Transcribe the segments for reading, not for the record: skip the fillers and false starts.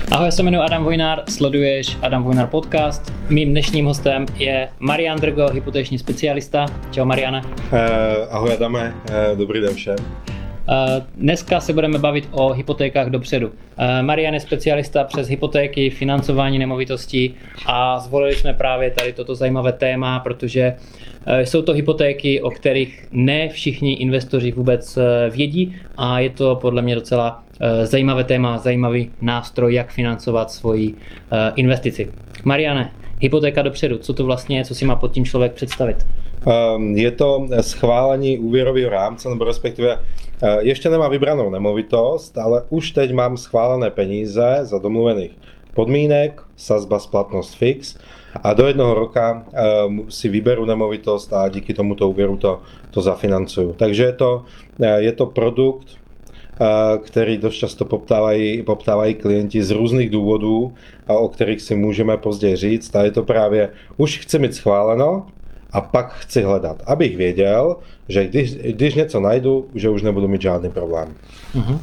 Ahoj, já se jmenuji Adam Vojnár, sleduješ Adam Vojnár podcast. Mým dnešním hostem je Marian Drgo, hypoteční specialista. Čau Mariane. Ahoj Adame, dobrý den všem. Dneska se budeme bavit o hypotékách dopředu. Marian je specialista přes hypotéky, financování nemovitostí a zvolili jsme právě tady toto zajímavé téma, protože jsou to hypotéky, o kterých ne všichni investoři vůbec vědí a je to podle mě docela zajímavé téma, zajímavý nástroj, jak financovat svoji investici. Mariane, hypotéka dopředu, co to vlastně je, co si má pod tím člověk představit? Je to schválení úvěrového rámce, nebo respektive ještě nemá vybranou nemovitost, ale už teď mám schválené peníze za domluvených podmínek, sazba splatnost fix a do 1 roka si vyberu nemovitost a díky tomuto úvěru to zafinancuju. Takže je to produkt, který dost často poptávají klienti z různých důvodů, o kterých si můžeme později říct. A je to právě, už chci mít schváleno a pak chci hledat, abych věděl, že když něco najdu, že už nebudu mít žádný problém. Uh-huh.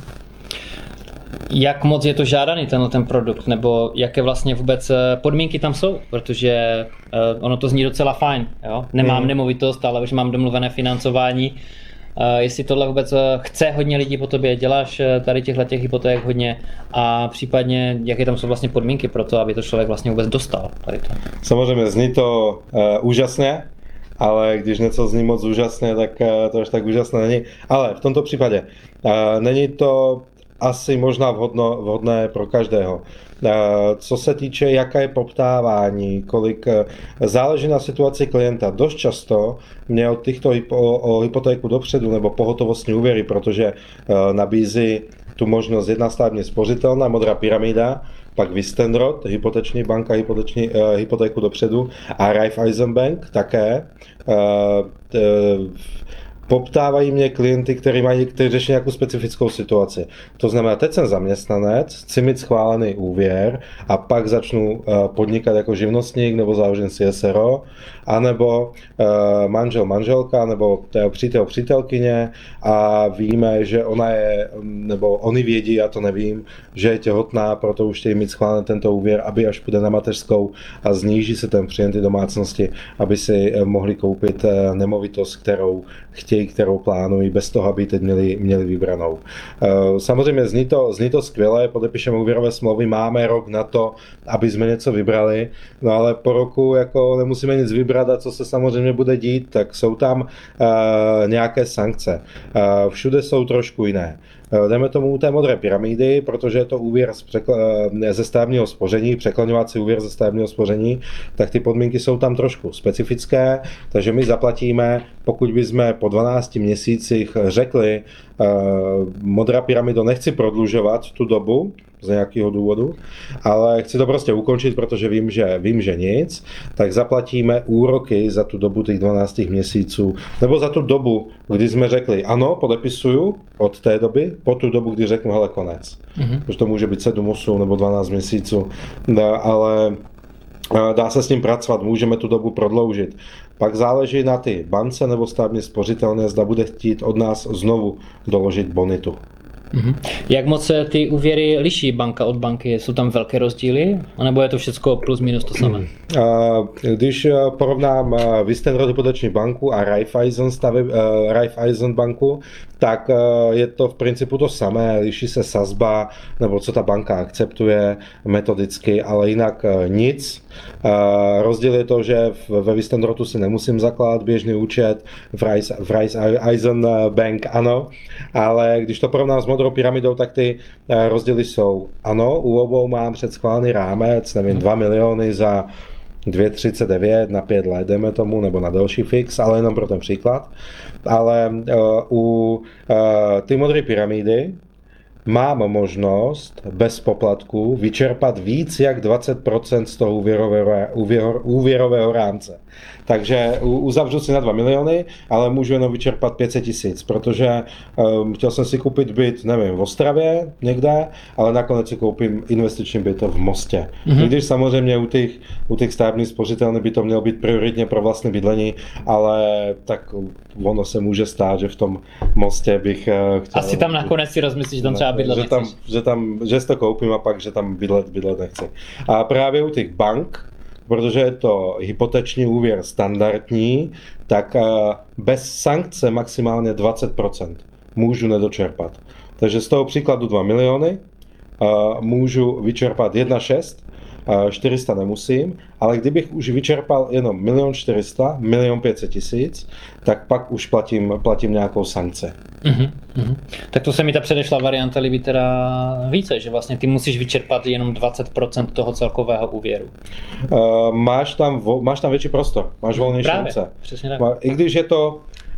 Jak moc je to žádaný ten produkt, nebo jaké vlastně vůbec podmínky tam jsou, protože ono to zní docela fajn, jo? Nemám nemovitost, ale už mám domluvené financování. Jestli tohle vůbec chce hodně lidí po tobě, děláš tady těchto hypoték hodně a případně jaké tam jsou vlastně podmínky pro to, aby to člověk vlastně vůbec dostal. Tady to. Samozřejmě zní to úžasně, ale když něco zní moc úžasně, tak to až tak úžasné není. Ale v tomto případě není to asi možná vhodné pro každého. Co se týče, jaké je poptávání, kolik záleží na situaci klienta. Dost často mě od těchto o hypotéku dopředu nebo pohotovostní úvěry, protože nabízí tu možnost jednostavně spořitelná modrá pyramida, pak Wüstenrot, hypoteční banka, hypotéku dopředu a Raiffeisenbank také. Poptávají mě klienty, kteří řeší nějakou specifickou situaci. To znamená, teď jsem zaměstnanec, chci mít schválený úvěr a pak začnu podnikat jako živnostník nebo založím si SRO, anebo manželka, nebo přítelkyně a víme, že ona je, nebo oni vědí, já to nevím, že je těhotná, proto už chtějí mít schválený tento úvěr, aby až půjde na mateřskou a zníží se ten příjem ty domácnosti, aby si mohli koupit nemovitost, kterou chtějí, kterou plánují, bez toho, aby teď měli vybranou. Samozřejmě zní to skvěle, podepíšeme úvěrové smlouvy, máme rok na to, aby jsme něco vybrali, no ale po roku jako nemusíme nic vybrat a co se samozřejmě bude dít, tak jsou tam nějaké sankce. Všude jsou trošku jiné. Jdeme tomu u té modré pyramidy, protože je to úvěr ze stavebního spoření, překloňovací úvěr ze stavebního spoření, tak ty podmínky jsou tam trošku specifické, takže my zaplatíme, pokud bychom po 12 měsících řekli, modrá pyramido, nechci prodlužovat tu dobu z nějakého důvodu, ale chci to prostě ukončit, protože vím, že nic, tak zaplatíme úroky za tu dobu těch 12 měsíců, nebo za tu dobu, kdy jsme řekli ano, podepisuju od té doby, po tu dobu, kdy řeknu hele, konec. Protože to může být 7, 8 nebo 12 měsíců, ale dá se s tím pracovat, můžeme tu dobu prodloužit. Pak záleží na ty bance nebo stavebně spořitelné, zda bude chtít od nás znovu doložit bonitu. Jak moc se ty úvěry liší banka od banky? Jsou tam velké rozdíly? A nebo je to všechno plus minus to samé? Když porovnám Wüstenrot hypoteční banku a Raiffeisen banku, tak je to v principu to samé, liší se sazba, nebo co ta banka akceptuje metodicky, ale jinak nic. Rozdíl je to, že ve Wüstenrotu si nemusím zakládat běžný účet, v Raiffeisen Bank ano, ale když to porovnám s modrou pyramidou, tak ty rozdíly jsou ano, u obou mám předschválený rámec, nevím, 2 miliony za 2,39 na 5 let, jdeme tomu, nebo na delší fix, ale jenom pro ten příklad. Ale u ty modré pyramidy mám možnost bez poplatku vyčerpat víc jak 20% z toho úvěrového rámce. Takže uzavřu si na 2 miliony, ale můžu jenom vyčerpat 500 000, protože chtěl jsem si koupit byt, nevím, v Ostravě někde, ale nakonec si koupím investiční byt v Mostě. I když samozřejmě u těch stavebních spořitelny by to mělo být prioritně pro vlastní bydlení, ale tak ono se může stát, že v tom Mostě bych chtěl... Asi tam nakonec si rozmyslíš, že tam třeba bydlet že si to koupím a pak, že tam bydlet nechci. A právě u těch bank, protože je to hypoteční úvěr standardní, tak bez sankce maximálně 20% můžu nedočerpat. Takže z toho příkladu 2 miliony můžu vyčerpat 1,6, 400 nemusím, ale kdybych už vyčerpal jenom 1 400 000, 1 500 000, tak pak už platím nějakou sankci. Tak to se mi ta předešla varianta líbí teda více, že vlastně ty musíš vyčerpat jenom 20% toho celkového úvěru. Máš tam větší prostor, máš volnější ruce. Přesně tak. I když je to,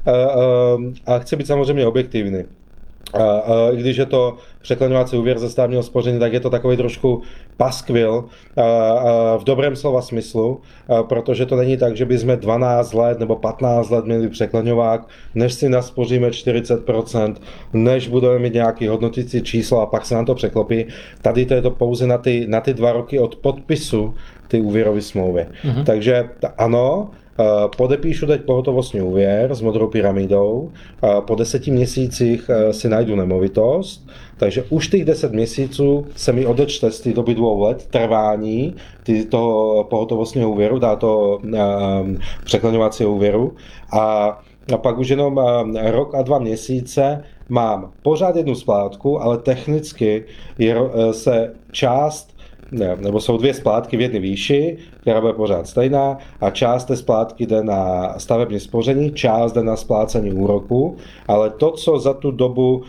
a chci být samozřejmě objektivní, i když je to překleňovací úvěr ze státního spoření, tak je to takový trošku paskvil v dobrém slova smyslu, protože to není tak, že bychom 12 let nebo 15 let měli překleňovák, než si naspoříme 40%, než budeme mít nějaký hodnotící číslo a pak se nám to překlopí. Tady to je to pouze na ty 2 roky od podpisu ty úvěrové smlouvy. Takže ano, podepíšu teď pohotovostní úvěr s modrou pyramidou, po 10 měsících si najdu nemovitost, takže už těch 10 měsíců se mi odečte z té doby 2 let trvání toho pohotovostního úvěru, toho překleňovacího úvěru a pak už jenom rok a 2 měsíce mám pořád jednu splátku, ale technicky se část nebo jsou 2 splátky v jedné výši, která bude pořád stejná a část té splátky jde na stavební spoření, část jde na splácení úroku, ale to, co za tu dobu,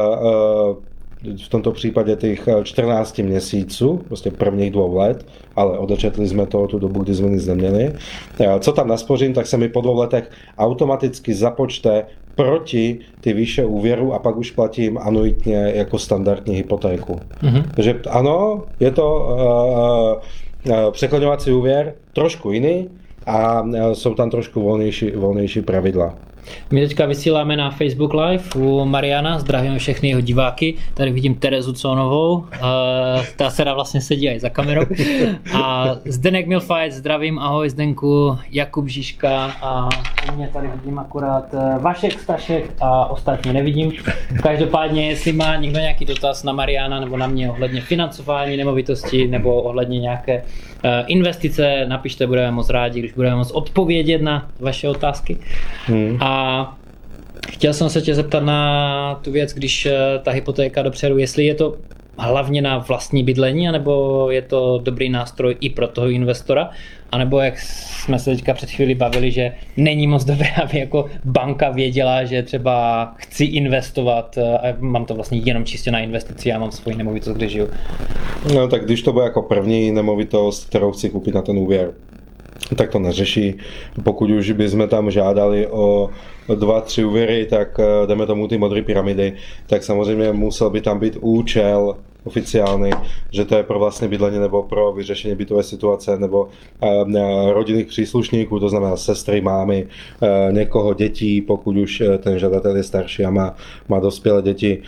v tomto případě těch 14 měsíců, prostě prvních 2 let, ale odečetli jsme to tu dobu, kdy jsme nic neměli, co tam naspořím, tak se mi po 2 letech automaticky započte proti ty výše úvěru a pak už platím anuitně jako standardní hypotéku. Takže ano, je to překleňovací úvěr trošku jiný a jsou tam trošku volnější pravidla. My teďka vysíláme na Facebook Live u Mariana, zdravíme všechny jeho diváky. Tady vidím Terezu Conovou, ta se vlastně sedí i za kamerou. A Zdeněk Milfajt, zdravím, ahoj Zdenku, Jakub Žižka a mě tady vidím akorát Vašek Stašek a ostatní nevidím. Každopádně, jestli má někdo nějaký dotaz na Mariana nebo na mě ohledně financování nemovitosti nebo ohledně nějaké investice, napište, budeme moc rádi, když budeme moc odpovědět na vaše otázky. A chtěl jsem se tě zeptat na tu věc, když ta hypotéka dopředu, jestli je to hlavně na vlastní bydlení, anebo je to dobrý nástroj i pro toho investora, anebo jak jsme se teďka před chvíli bavili, že není moc dobré, aby jako banka věděla, že třeba chci investovat a mám to vlastně jenom čistě na investici, já mám svoji nemovitost, kde žiju. No tak když to bude jako první nemovitost, kterou chci koupit na ten úvěr, tak to neřeší. Pokud už bychom tam žádali o 2-3 úvěry, tak jdeme tomu ty modré pyramidy, tak samozřejmě musel by tam být účel oficiálny, že to je pro vlastní bydlení nebo pro vyřešení bytové situace nebo rodinných příslušníků, to znamená sestry, mámy, někoho, dětí, pokud už ten žadatel je starší a má dospělé děti.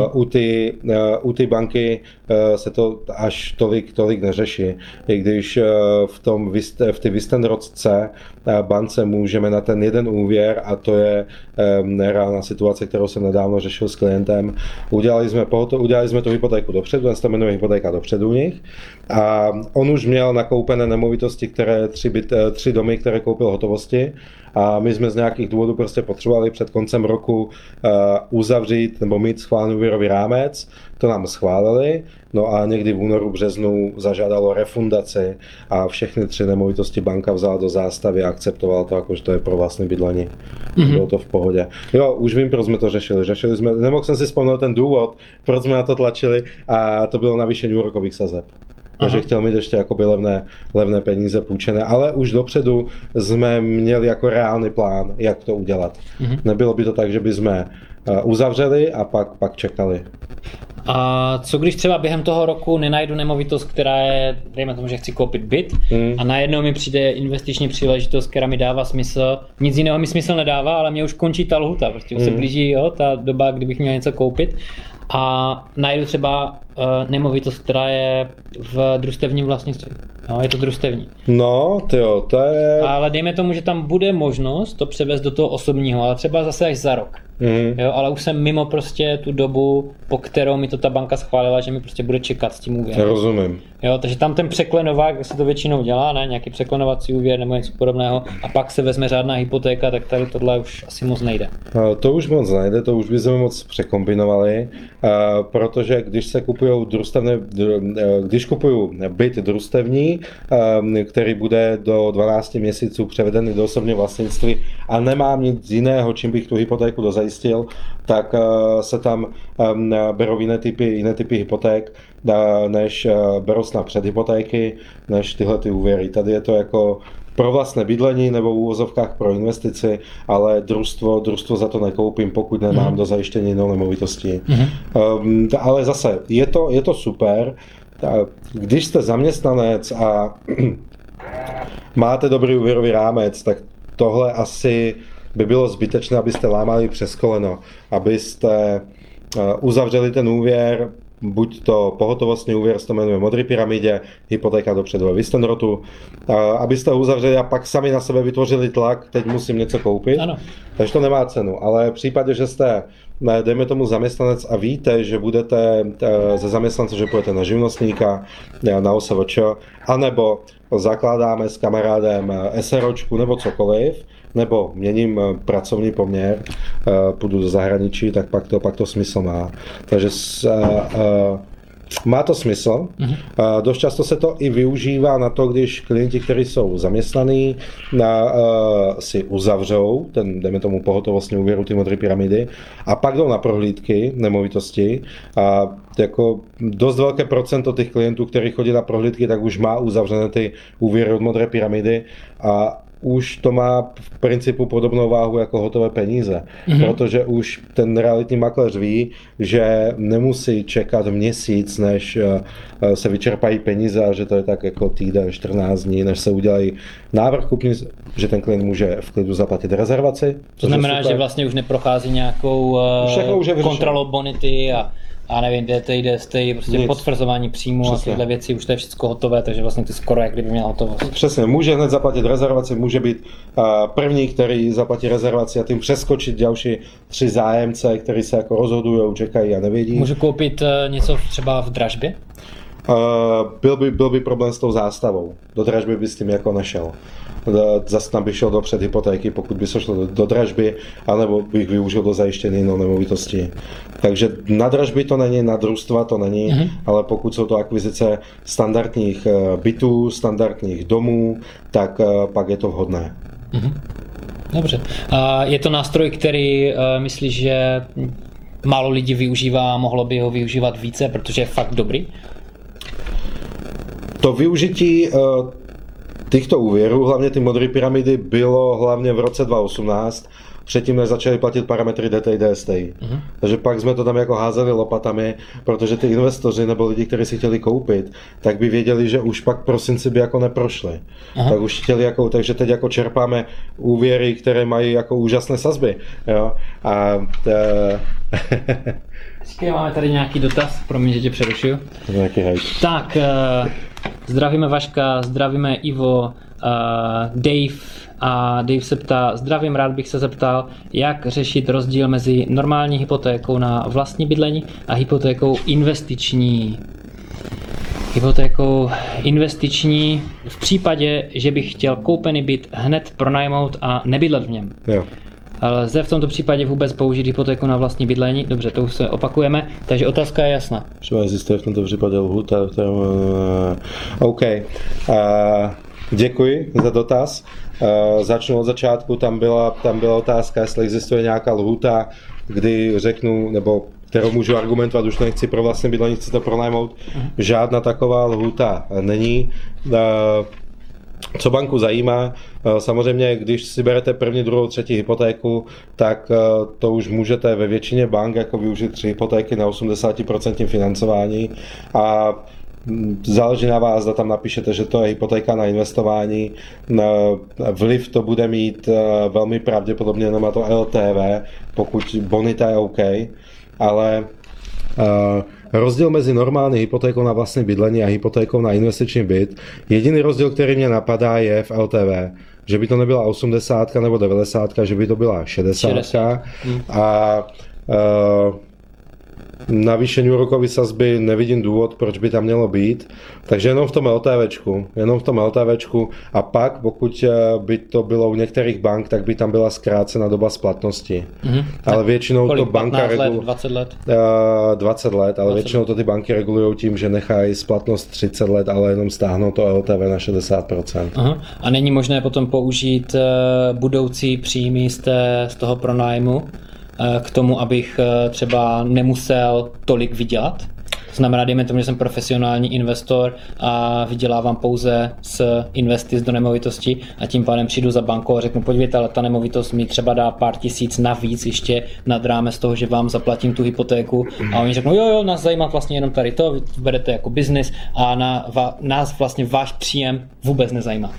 U ty banky se to až tolik neřeší, i když v té Wistenrodce bance můžeme na ten jeden úvěr, a to je reálná situace, kterou jsem nedávno řešil s klientem. Udělali jsme tu hypotéku dopředu, ten se to jmenuje hypotéka dopředu u nich. A on už měl nakoupené nemovitosti, 3 domy, které koupil hotovosti. A my jsme z nějakých důvodů prostě potřebovali před koncem roku uzavřít nebo mít schválený úvěrový rámec. To nám schválili, no a někdy v únoru, březnu zažádalo refundaci a všechny 3 nemovitosti banka vzala do zástavy a akceptovala to, jakože to je pro vlastní bydlení. Bylo to v pohodě. Jo, už vím, proč jsme to řešili. Nemohl jsem si vzpomenout ten důvod, proč jsme na to tlačili, a to bylo navýšení úrokových sazeb. takže chtěl mít ještě jakoby levné peníze půjčené, ale už dopředu jsme měli jako reálný plán, jak to udělat. Nebylo by to tak, že by jsme uzavřeli a pak čekali. A co když třeba během toho roku nenajdu nemovitost, která je, dejme tomu, že chci koupit byt a najednou mi přijde investiční příležitost, která mi dává smysl, nic jiného mi smysl nedává, ale mě už končí ta lhuta, prostě už se blíží ta doba, kdybych měl něco koupit a najdu třeba nemovitost, která je v družstevním vlastnictví. No, je to družstevní. No, tyjo, to je... Ale dejme tomu, že tam bude možnost to převést do toho osobního, ale třeba zase až za rok. Jo, ale už jsem mimo prostě tu dobu, po kterou mi to ta banka schválila, že mi prostě bude čekat s tím úvěrem. Rozumím. Jo, takže tam ten překlenovák, jak se to většinou dělá, ne, nějaký překlenovací úvěr nebo něco podobného a pak se vezme řádná hypotéka, tak tady tohle už asi moc nejde. To už moc nejde, to už bychom moc překombinovali, protože když se kupují když kupuju byt družstevní, který bude do 12 měsíců převedený do osobního vlastnictví a nemám nic jiného, čím bych tu hypotéku dozajistil, tak se tam berou jiné typy hypoték, než berou snad předhypotéky, než tyhle ty úvěry. Tady je to jako pro vlastné bydlení nebo v úvozovkách pro investici, ale družstvo za to nekoupím, pokud nemám do zajištění jinou nemovitostí. Ale zase, je to super, když jste zaměstnanec a máte dobrý úvěrový rámec, tak tohle asi by bylo zbytečné, abyste lámali přes koleno, abyste uzavřeli ten úvěr, buď to pohotovostní úvěr, to jmenuje Modré pyramidě, hypotéka dopředu ve Wistenrotu, abyste ho uzavřeli a pak sami na sebe vytvořili tlak, teď musím něco koupit, ano. Takže to nemá cenu, ale v případě, že jste, dejme tomu zaměstnanec a víte, že budete ze zaměstnance, že půjdete na živnostníka, na OSVČ, anebo zakládáme s kamarádem SROčku nebo cokoliv, nebo měním pracovní poměr, půjdu do zahraničí, tak pak to smysl má. Takže má to smysl. Dost často se to i využívá na to, když klienti, kteří jsou zaměstnaní, si uzavřou ten, dejme tomu, pohotovostní úvěru, ty Modré pyramidy, a pak jdou na prohlídky nemovitosti. A jako dost velké procento těch klientů, kteří chodí na prohlídky, tak už má uzavřené ty úvěry od Modré pyramidy a už to má v principu podobnou váhu jako hotové peníze, protože už ten realitní makléř ví, že nemusí čekat měsíc, než se vyčerpají peníze a že to je tak jako týden, 14 dní, než se udělají návrh kupní, že ten klient může v klidu zaplatit rezervaci. To znamená, že vlastně už neprochází nějakou kontrolou bonity a nevím, DTI, prostě potvrzování příjmu. Přesně. A tyhle věci, už to je všechno hotové, takže vlastně ty skoro jak kdyby měl hotovost. Přesně, může hned zaplatit rezervaci, může být první, který zaplatí rezervaci a tím přeskočit další 3 zájemce, kteří se jako rozhodují, čekají a nevědí. Může koupit něco třeba v dražbě? Byl by problém s tou zástavou. Do dražby by s tím jako nešel. Zase tam by šel do předhypotéky, pokud by se šlo do dražby, anebo bych využil do zajištění jinou nemovitosti. Takže na dražby to není, na družstva to není, ale pokud jsou to akvizice standardních bytů, standardních domů, tak pak je to vhodné. Dobře. Je to nástroj, který myslíš, že málo lidí využívá a mohlo by ho využívat více, protože je fakt dobrý? To využití těchto úvěrů, hlavně ty Modré pyramidy, bylo hlavně v roce 2018, předtím než začali platit parametry DTI, DSTI. Takže pak jsme to tam jako házeli lopatami, protože ty investoři nebo lidi, kteří si chtěli koupit, tak by věděli, že už pak prosinci by jako neprošli. Tak už chtěli jako, takže teď jako čerpáme úvěry, které mají jako úžasné sazby. Jo? Máme tady nějaký dotaz, promiň, že tě přerušuju. Nějaký hejt. Tak, zdravíme Vaška, zdravíme Ivo, Dave a Dave se ptá, zdravím, rád bych se zeptal, jak řešit rozdíl mezi normální hypotékou na vlastní bydlení a hypotékou investiční. Hypotékou investiční v případě, že bych chtěl koupený byt hned pronajmout a nebydlet v něm. Jo. Ale lze v tomto případě vůbec použít hypotéku na vlastní bydlení? Dobře, to už se opakujeme, takže otázka je jasná. Třeba existuje v tomto případě lhůta. OK. Děkuji za dotaz. Začnu od začátku, tam byla otázka, jestli existuje nějaká lhůta, kdy řeknu, nebo kterou můžu argumentovat, už nechci pro vlastní bydlení, chci to pronajmout. Žádná taková lhůta není. Co banku zajímá, samozřejmě, když si berete první, druhou, třetí hypotéku, tak to už můžete ve většině bank jako využít 3 hypotéky na 80% financování a záleží na vás, zda tam napíšete, že to je hypotéka na investování. Vliv to bude mít velmi pravděpodobně jenom na to LTV, pokud bonita je OK, ale rozdíl mezi normální hypotékou na vlastní bydlení a hypotékou na investiční byt, jediný rozdíl, který mě napadá, je v LTV. Že by to nebyla 80 nebo 90, že by to byla 60. A navýšení úrokové sazby nevidím důvod, proč by tam mělo být. Takže jenom v tom LTVčku a pak, pokud by to bylo u některých bank, tak by tam byla zkrácena doba splatnosti. Ale většinou kolik, to banka 15 let, 20 let? 20 let, ale většinou to ty banky regulují tím, že nechají splatnost 30 let, ale jenom stáhnou to LTV na 60%. Aha. A není možné potom použít budoucí příjmy z toho pronájmu k tomu, abych třeba nemusel tolik vydělat? To znamená, dejme tomu, že jsem profesionální investor a vydělávám pouze z investic do nemovitosti a tím pádem přijdu za bankou a řeknu, podívejte, ale ta nemovitost mi třeba dá pár tisíc navíc ještě nad rámec toho, že vám zaplatím tu hypotéku a oni řeknou, jo, nás zajímá vlastně jenom tady to, vy to berete jako biznis a nás vlastně váš příjem vůbec nezajímá.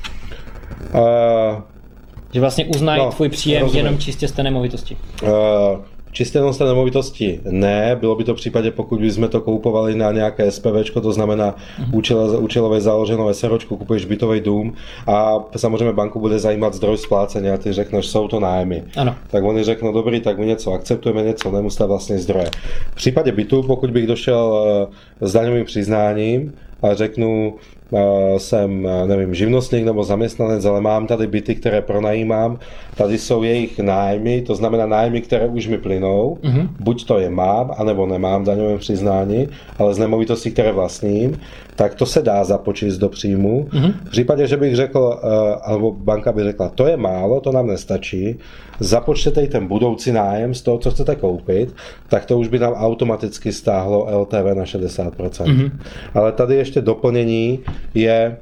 Že vlastně uznají tvůj příjem jenom čistě z té nemovitosti. Čistě jenom z té nemovitosti ne, bylo by to v případě, pokud bychom to koupovali na nějaké SPVčko, to znamená účelově založenou SROčku, kupuješ bytový dům a samozřejmě banku bude zajímat zdroj splácení a ty řekneš, jsou to nájmy. Ano. Tak oni řeknou, dobrý, tak my něco akceptujeme, něco nemusí vlastně zdroje. V případě bytu, pokud bych došel s daňovým přiznáním a řeknu, jsem, nevím, živnostník nebo zaměstnanec, ale mám tady byty, které pronajímám, tady jsou jejich nájmy, to znamená nájmy, které už mi plynou, buď to je mám, anebo nemám v daňovém přiznání, ale z nemovitostí, které vlastním, tak to se dá započíst do příjmu. V případě, že bych řekl, alebo banka by řekla, to je málo, to nám nestačí, započtete i ten budoucí nájem z toho, co chcete koupit, tak to už by nám automaticky stáhlo LTV na 60%. Ale tady ještě doplnění je,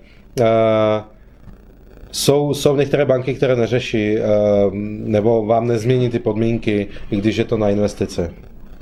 jsou některé banky, které neřeší nebo vám nezmění ty podmínky, i když je to na investici.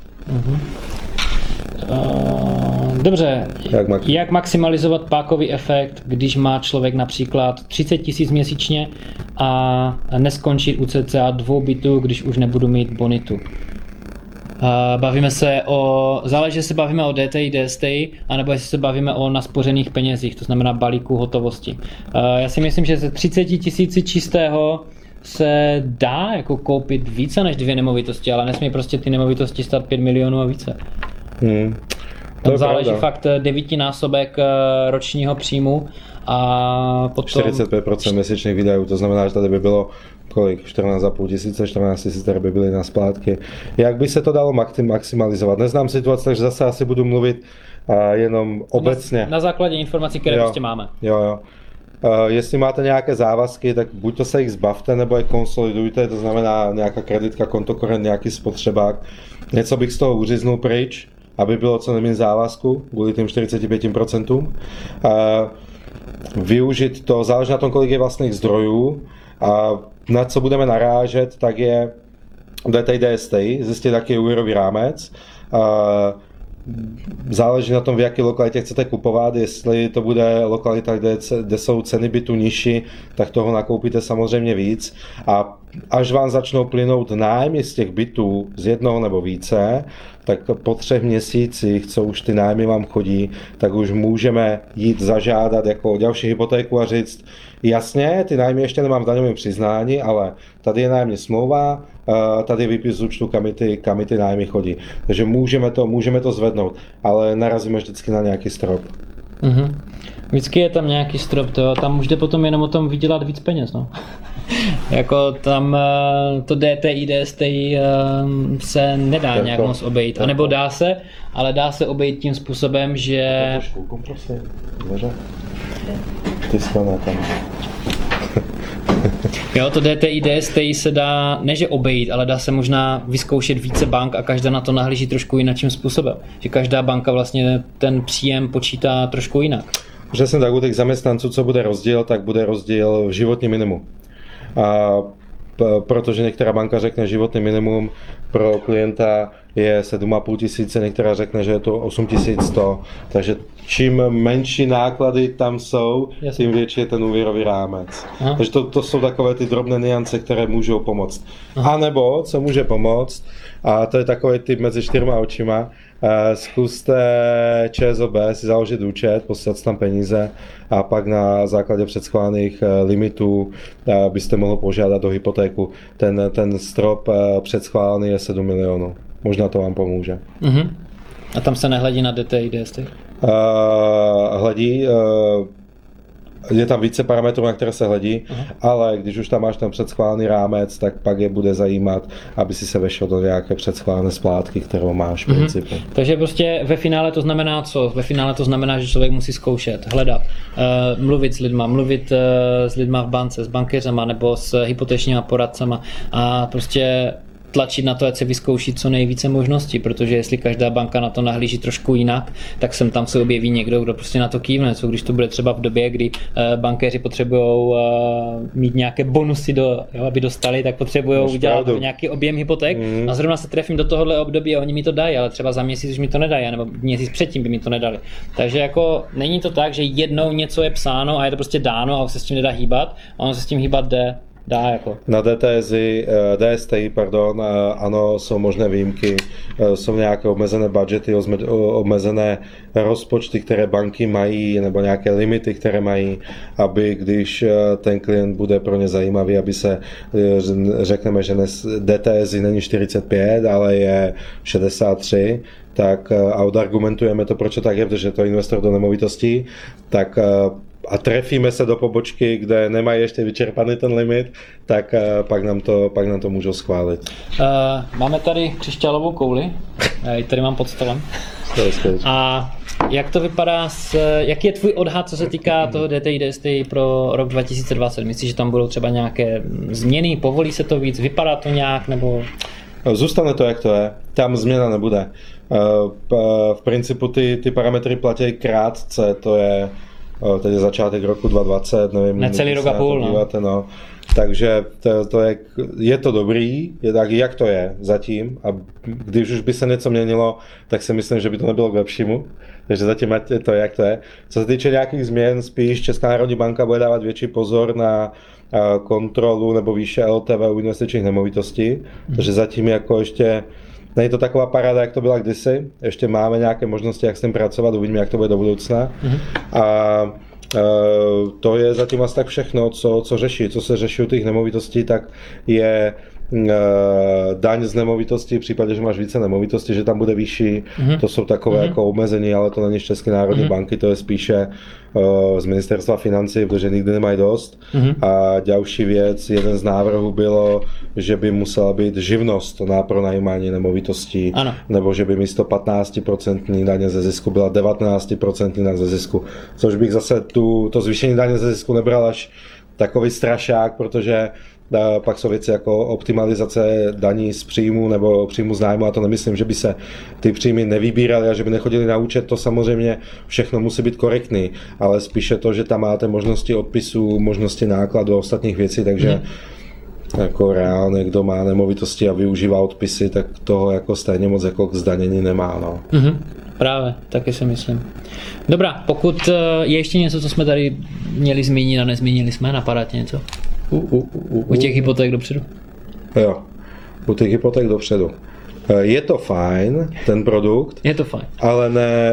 Dobře, jak maximalizovat pákový efekt, když má člověk například 30 000 měsíčně a neskončit u cca 2 bytů, když už nebudu mít bonitu? Bavíme se záleží, jestli se bavíme o DTI, DSTI, anebo jestli se bavíme o naspořených penězích, to znamená balíku hotovosti. Já si myslím, že ze 30 000 čistého se dá jako koupit více než 2 nemovitosti, ale nesmí prostě ty nemovitosti stát 5 milionů a více. Tam záleží fakt 9násobek ročního příjmu a potom 45% měsíčních výdajů, to znamená, že tady by bylo kolik? 14,5 tisíce, 14 000, které by byly na splátky. Jak by se to dalo maximalizovat? Neznám situaci, takže zase asi budu mluvit jenom obecně. Na základě informací, které prostě máme. Jo. Jestli máte nějaké závazky, tak buď to se jich zbavte, nebo je konsolidujte, to znamená nějaká kreditka, kontokorent, nějaký spotřebák. Něco bych z toho uříznul pryč, aby bylo co nejméně závazku, kvůli těm 45%. Využít to, záleží na tom, kolik je vlastních zdrojů, a na co budeme narážet, tak je DTI, DSTI, zjistit, jaký je úvěrový rámec. Záleží na tom, v jaké lokalitě chcete kupovat, jestli to bude lokalita, kde jsou ceny bytu nižší, tak toho nakoupíte samozřejmě víc. A až vám začnou plynout nájmy z těch bytů z jednoho nebo více, tak po 3 měsících, co už ty nájmy vám chodí, tak už můžeme jít zažádat jako další hypotéku a říct, jasně, ty nájmy ještě nemám v daňovém přiznání, ale tady je nájemní smlouva, tady je výpis z účtu, kam ty nájmy chodí. Takže můžeme to zvednout, ale narazíme vždycky na nějaký strop. Vždycky je tam nějaký strop, tam už jde potom jenom o tom vydělat víc peněz. No. Jako tam to DTI, DSTI se nedá nějak moc obejít. A nebo dá se, ale dá se obejít tím způsobem, že... Tisklené tam. Jo, to DTI, DSTI se dá, ne že obejít, ale dá se možná vyzkoušet více bank a každá na to nahlíží trošku jiným způsobem. Že každá banka vlastně ten příjem počítá trošku jinak. Že tak u těch zaměstnanců, co bude rozdíl, tak bude rozdíl v životním minimu. A protože některá banka řekne, životní minimum pro klienta je 7,5 tisíce, některá řekne, že je to 8100, takže čím menší náklady tam jsou, tím větší je ten úvěrový rámec. Aha. Takže to jsou takové ty drobné nuance, které můžou pomoct. Aha. A nebo, co může pomoct, a to je takový typ mezi 4 očima, zkuste ČSOB si založit účet, poslat tam peníze a pak na základě předschválených limitů byste mohli požádat o hypotéku. Ten strop předschválený je 7 milionů. Možná to vám pomůže. Uh-huh. A tam se nehledí na DTI, DSTI? Hledí, je tam více parametrů, na které se hledí, ale když už tam máš ten předschválený rámec, tak pak je bude zajímat, aby si se vešel do nějaké předschválené splátky, kterou máš v principu. Takže prostě ve finále to znamená co? Ve finále to znamená, že člověk musí zkoušet, hledat, mluvit s lidma, mluvit s lidma v bance, s bankéřema nebo s hypotečníma poradcema a prostě tlačit na to, ať se vyzkouší co nejvíce možností, protože jestli každá banka na to nahlíží trošku jinak, tak sem tam se objeví někdo, kdo prostě na to kývne. Co když to bude třeba v době, kdy bankéři potřebují mít nějaké bonusy, aby dostali, tak potřebují udělat nějaký objem hypoték a zrovna se trefím do tohohle období a oni mi to dají, ale třeba za měsíc už mi to nedají, nebo měsíc předtím by mi to nedali. Takže jako není to tak, že jednou něco je psáno a je to prostě dáno a se s tím nedá hýbat, a ono se s tím hýbat jde. Dá jako. Na DSTI, ano, jsou možné výjimky, jsou nějaké omezené budžety, omezené rozpočty, které banky mají, nebo nějaké limity, které mají, aby když ten klient bude pro ně zajímavý, aby se, řekneme, že DTSI není 45, ale je 63, tak a odargumentujeme to, proč to tak je, protože to je investor do nemovitostí, tak a trefíme se do pobočky, kde nemají ještě vyčerpaný ten limit, tak pak nám to můžou schválit. Máme tady křišťálovou kouli, já ji tady mám pod stolem. A jak to vypadá, jaký je tvůj odhad, co se týká toho DTI, DSTI pro rok 2020? Myslíš, že tam budou třeba nějaké změny, povolí se to víc, vypadá to nějak, nebo... Zůstane to, jak to je, tam změna nebude. V principu ty parametry platí krátce, to je teď je začátek roku 2020, nevím. Necelý rok a půl, díváte, no. Takže je to dobrý, je tak, jak to je zatím, a když už by se něco měnilo, tak si myslím, že by to nebylo k lepšímu. Takže zatím je to, jak to je. Co se týče nějakých změn, spíš Česká národní banka bude dávat větší pozor na kontrolu nebo výše LTV u investičních nemovitostí, takže zatím jako ještě není to taková paráda, jak to byla kdysi. Ještě máme nějaké možnosti, jak s tím pracovat, uvidíme, jak to bude do budoucna. A to je zatím asi tak všechno, co řeší. Co se řeší u těch nemovitostí, tak je daň z nemovitosti v případě, že máš více nemovitostí, že tam bude vyšší. To jsou takové jako omezení, ale to není z České národní banky, to je spíše z ministerstva financí, protože nikdy nemají dost. A další věc, jeden z návrhů bylo, že by musela být živnost na pronajímání nemovitostí, nebo že by místo 15% daně ze zisku byla 19% daně ze zisku. Což bych zase to zvýšení daně ze zisku nebral až takový strašák, protože pak jsou věci jako optimalizace daní z příjmu nebo příjmu z nájmu, a to nemyslím, že by se ty příjmy nevybíraly a že by nechodili na účet, to samozřejmě všechno musí být korektní, ale spíše to, že tam máte možnosti odpisů, možnosti nákladů a ostatních věcí, takže jako reálně, kdo má nemovitosti a využívá odpisy, tak toho jako stejně moc jako k zdanění nemá. No. Právě, taky si myslím. Dobrá, pokud je ještě něco, co jsme tady měli zmínit a nezmínili jsme, napadá tě něco? U těch hypoték dopředu? Jo, u těch hypoték dopředu. Je to fajn, ten produkt, je to fajn, ale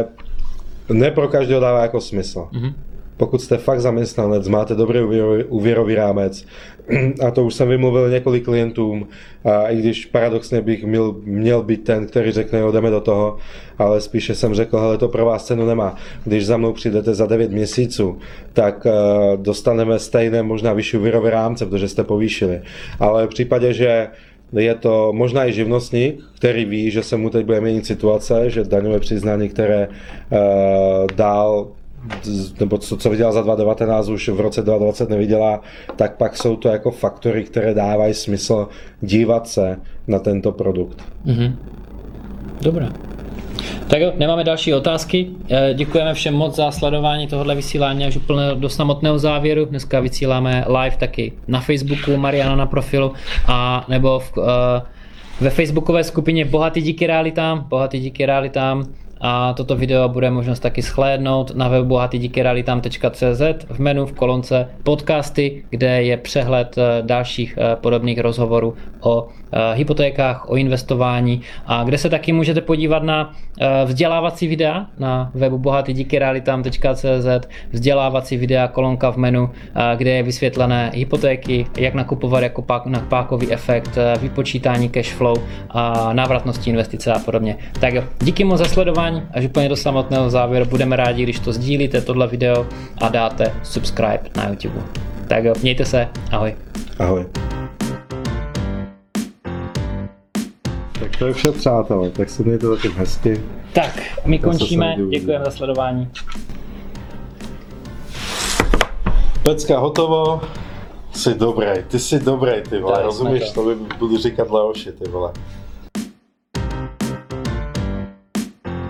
ne pro každého dává jako smysl. Pokud jste fakt zaměstnanec, máte dobrý úvěrový rámec, a to už jsem vymluvil několik klientům, a i když paradoxně bych měl být ten, který řekne, jo, jdeme do toho, ale spíše jsem řekl, hele, to pro vás cenu nemá. Když za mnou přijdete za 9 měsíců, tak dostaneme stejné, možná vyšší úvěrové rámce, protože jste povýšili. Ale v případě, že je to možná i živnostník, který ví, že se mu teď bude měnit situace, že daňové přiznání, které dál nebo co vydělá za 2019, už v roce 2020 nevydělá, tak pak jsou to jako faktory, které dávají smysl dívat se na tento produkt. Dobrá. Tak jo, nemáme další otázky. Děkujeme všem moc za sledování tohohle vysílání až úplně do samotného závěru. Dneska vysíláme live taky na Facebooku, Mariana na profilu, a nebo ve facebookové skupině Bohatý díky realitám. A toto video bude možnost taky shlédnout na webu bohatydíkyrealitám.cz v menu v kolonce podcasty, kde je přehled dalších podobných rozhovorů o hypotékách, o investování, a kde se taky můžete podívat na vzdělávací videa na webu bohatydíkyrealitám.cz, vzdělávací videa, kolonka v menu, kde je vysvětlené hypotéky, jak nakupovat jako na pákový efekt, vypočítání cash flow a návratnosti investice a podobně. Tak jo, díky moc za sledování, až úplně do samotného závěru. Budeme rádi, když to sdílíte tohle video a dáte subscribe na YouTube. Tak jo, mějte se, ahoj. Ahoj. Tak to je vše, přátelé, tak se mějte zatím hezky. Tak, my končíme, děkujeme za sledování. Pecka, hotovo. Ty jsi dobrý, ty vole, Dali rozumíš, jsme to budu říkat Leoši, ty vole.